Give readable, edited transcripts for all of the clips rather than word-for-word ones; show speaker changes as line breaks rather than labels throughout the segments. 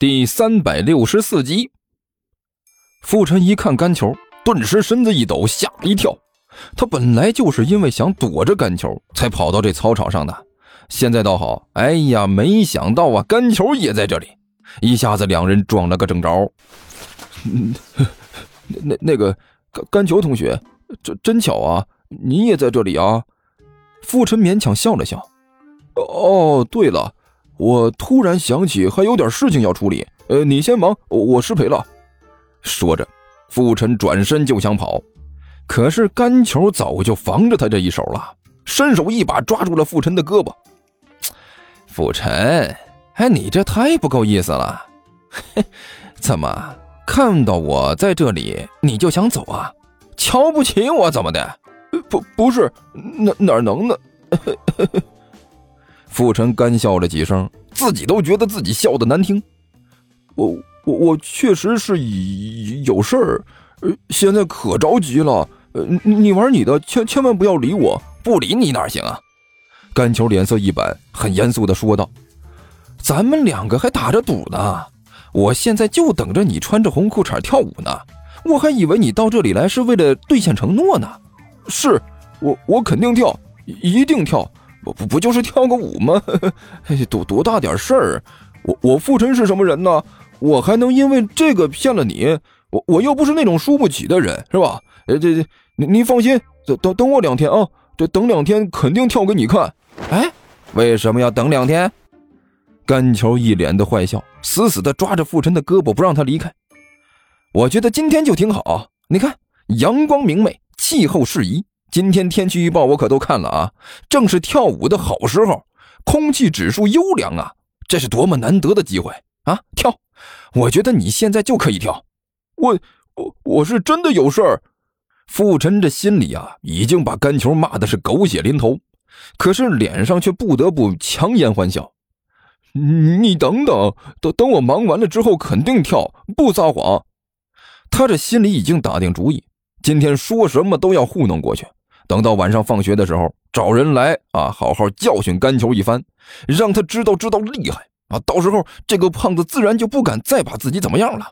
第364集。傅晨一看甘球，顿时身子一抖，吓了一跳。他本来就是因为想躲着甘球才跑到这操场上的，现在倒好，哎呀，没想到啊，甘球也在这里，一下子两人撞了个正着。那个甘球同学，真巧啊，你也在这里啊。傅晨勉强笑了笑。哦，对了，我突然想起还有点事情要处理，你先忙，我失陪了。说着，傅晨转身就想跑，可是甘球早就防着他这一手了，伸手一把抓住了傅晨的胳膊。傅晨，你这太不够意思了，怎么看到我在这里你就想走啊？瞧不起我怎么的？不是，哪能呢？傅晨干笑了几声，自己都觉得自己笑得难听。我确实是有事儿，现在可着急了。你玩你的，千万不要理我，不理你哪行啊？甘球脸色一板，很严肃地说道：“咱们两个还打着赌呢，我现在就等着你穿着红裤衩跳舞呢，我还以为你到这里来是为了兑现承诺呢。是，我肯定跳，一定跳，不就是跳个舞吗？多大点事儿？我傅晨是什么人呢？我还能因为这个骗了你？我又不是那种输不起的人，是吧？你放心，等我2天啊，这等2天肯定跳给你看。哎，为什么要等2天？甘球一脸的坏笑，死死地抓着傅晨的胳膊不让他离开。我觉得今天就挺好，你看，阳光明媚，气候适宜，今天天气预报我可都看了啊，正是跳舞的好时候，空气指数优良啊，这是多么难得的机会啊！跳，我觉得你现在就可以跳。我是真的有事儿。傅晨这心里啊，已经把甘球骂的是狗血淋头，可是脸上却不得不强颜欢笑。你等我忙完了之后肯定跳，不撒谎。他这心里已经打定主意，今天说什么都要糊弄过去，等到晚上放学的时候找人来啊，好好教训甘球一番，让他知道厉害啊！到时候这个胖子自然就不敢再把自己怎么样了。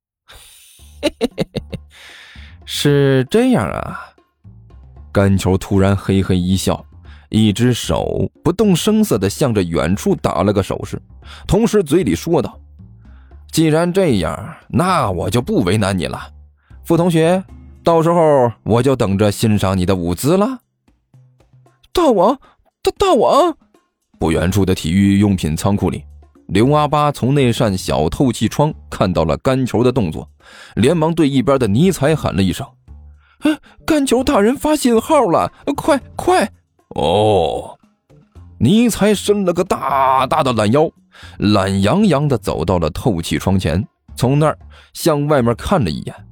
是这样啊。甘球突然嘿嘿一笑，一只手不动声色地向着远处打了个手势，同时嘴里说道：既然这样，那我就不为难你了，傅同学，到时候我就等着欣赏你的舞姿了。大王，大王！不远处的体育用品仓库里，刘阿八从那扇小透气窗看到了甘球的动作，连忙对一边的尼采喊了一声：甘球大人发信号了，快！哦，尼采伸了个大大的懒腰，懒洋洋地走到了透气窗前，从那儿向外面看了一眼。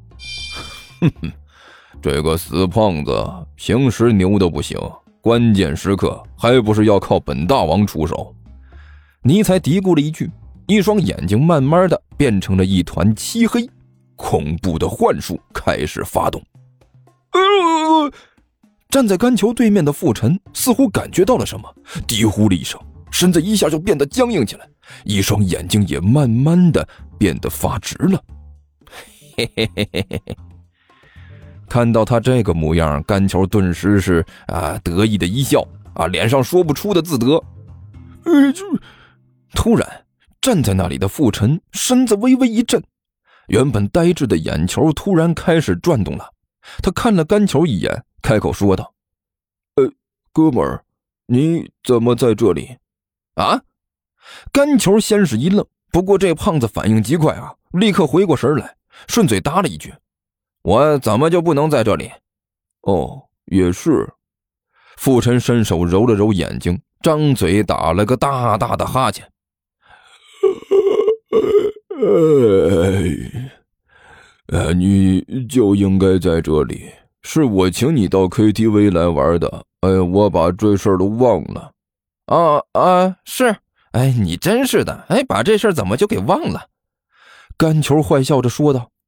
这个死胖子平时牛的不行，关键时刻还不是要靠本大王出手。尼采嘀咕了一句，一双眼睛慢慢的变成了一团漆黑，恐怖的幻术开始发动。站在甘球对面的傅晨似乎感觉到了什么，低呼了一声，身子一下就变得僵硬起来，一双眼睛也慢慢的变得发直了。看到他这个模样，甘球顿时是得意的一笑脸上说不出的自得。突然站在那里的傅晨身子微微一震，原本呆滞的眼球突然开始转动了，他看了甘球一眼，开口说道：哥们儿，你怎么在这里啊？甘球先是一愣，不过这胖子反应极快啊，立刻回过神来，顺嘴答了一句：我怎么就不能在这里？哦，也是。傅晨伸手揉了揉眼睛，张嘴打了个大大的哈欠。你就应该在这里，是我请你到 KTV 来玩的。我把这事儿都忘了。是。你真是的，把这事儿怎么就给忘了？甘球坏笑着说道。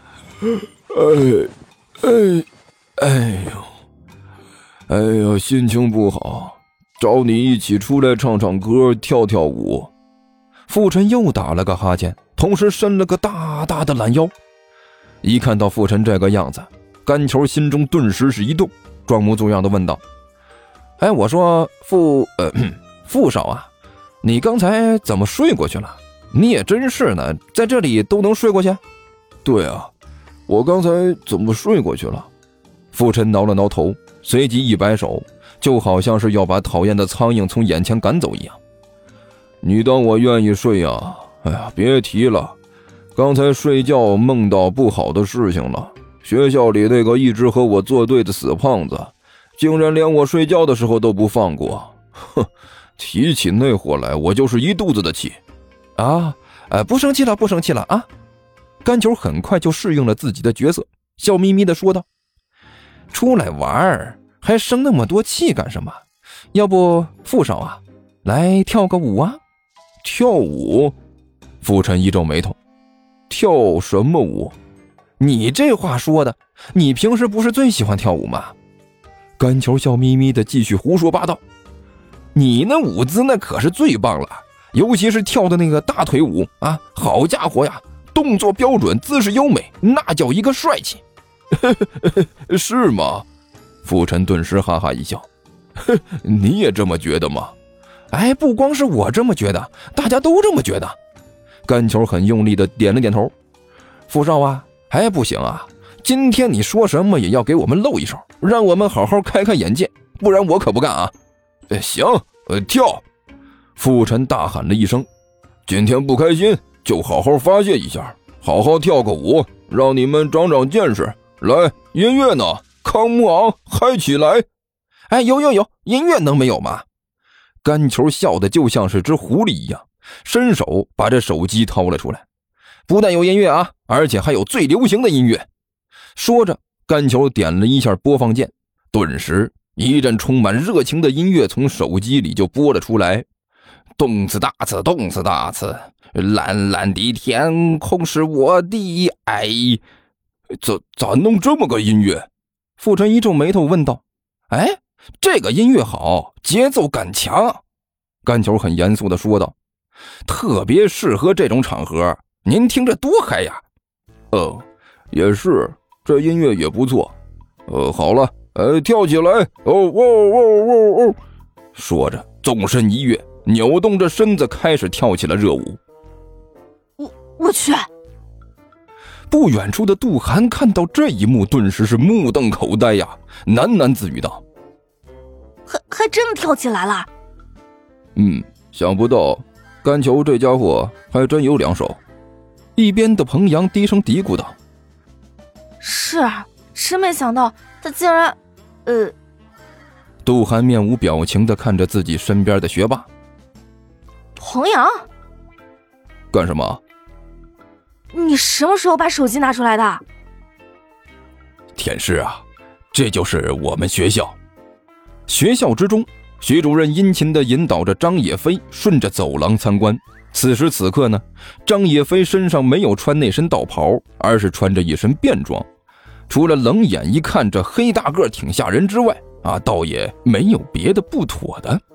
哎呦，心情不好，找你一起出来唱唱歌，跳跳舞。 傅晨又打了个哈欠，同时伸了个大大的懒腰。一看到傅晨这个样子，甘球心中顿时是一动，装模作样的问道：哎，我说傅少啊，你刚才怎么睡过去了？你也真是呢，在这里都能睡过去？
对啊，我刚才怎么睡过去了？
傅晨挠了挠头，随即一摆手，就好像是要把讨厌的苍蝇从眼前赶走一样。
你当我愿意睡呀？哎呀，别提了，刚才睡觉梦到不好的事情了。学校里那个一直和我作对的死胖子，竟然连我睡觉的时候都不放过。哼，提起那货来，我就是一肚子的气。
啊，不生气了，不生气了啊！甘球很快就适应了自己的角色，笑眯眯地说道：出来玩还生那么多气干什么？要不傅少啊，来跳个舞啊？
跳舞？
傅晨一皱眉头，
跳什么舞？
你这话说的，你平时不是最喜欢跳舞吗？甘球笑眯眯的继续胡说八道，你那舞姿那可是最棒了，尤其是跳的那个大腿舞啊，好家伙呀，动作标准，姿势优美，那叫一个帅气。
是吗？傅晨顿时哈哈一笑，你也这么觉得吗？
哎，不光是我这么觉得，大家都这么觉得。甘球很用力的点了点头。傅少啊，还不行啊，今天你说什么也要给我们露一手，让我们好好开开眼界，不然我可不干啊。
行，跳！傅晨大喊了一声，今天不开心就好好发泄一下，好好跳个舞，让你们长长见识。来，音乐呢？康木昂，嗨起来！
哎，有，音乐能没有吗？甘球笑得就像是只狐狸一样，伸手把这手机掏了出来。不但有音乐啊，而且还有最流行的音乐。说着，甘球点了一下播放键，顿时一阵充满热情的音乐从手机里就播了出来。动次打次，动次打次，蓝蓝的天空是我的爱。
咋弄这么个音乐？
傅晨一皱眉头问道：哎，这个音乐好，节奏感强。甘球很严肃地说道：特别适合这种场合，您听着多嗨呀。
也是，这音乐也不错。好了，跳起来！哦！
说着纵身一跃，扭动着身子开始跳起了热舞。
我去！
不远处的杜涵看到这一幕，顿时是目瞪口呆呀，喃喃自语道：
还真跳起来了。
想不到甘球这家伙还真有两手。
一边的彭阳低声嘀咕道：
真没想到他竟然
杜涵面无表情地看着自己身边的学霸。
彭阳，
干什么？
你什么时候把手机拿出来的？
天师啊，这就是我们学校。学校之中，徐主任殷勤地引导着张野飞顺着走廊参观。此时此刻呢，张野飞身上没有穿那身道袍，而是穿着一身便装。除了冷眼一看这黑大个挺吓人之外，倒也没有别的不妥的。